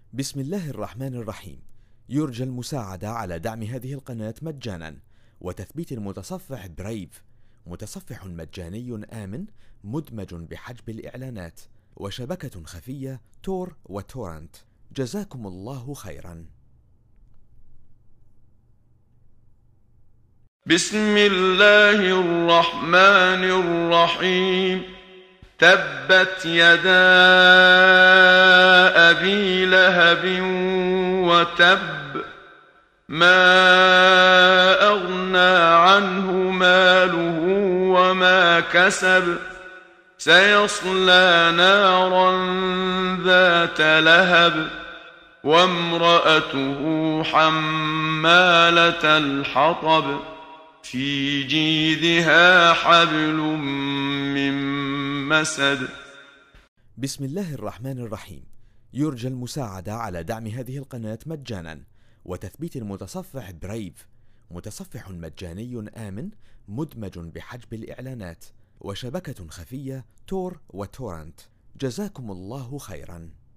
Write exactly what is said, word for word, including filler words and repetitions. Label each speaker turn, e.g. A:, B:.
A: بسم الله الرحمن الرحيم. يرجى المساعدة على دعم هذه القناة مجانا وتثبيت المتصفح برايف، متصفح مجاني آمن مدمج بحجب الإعلانات وشبكة خفية تور وتورنت. جزاكم الله خيرا.
B: بسم الله الرحمن الرحيم. تبت يدا أبي لهب وتب، ما أغنى عنه ماله وما كسب، سيصلى نارا ذات لهب وامرأته حمالة الحطب في جيدها حبل من مسد.
A: بسم الله الرحمن الرحيم. يرجى المساعدة على دعم هذه القناة مجانا وتثبيت المتصفح برايف، متصفح مجاني آمن مدمج بحجب الإعلانات وشبكة خفية تور وتورنت. جزاكم الله خيرا.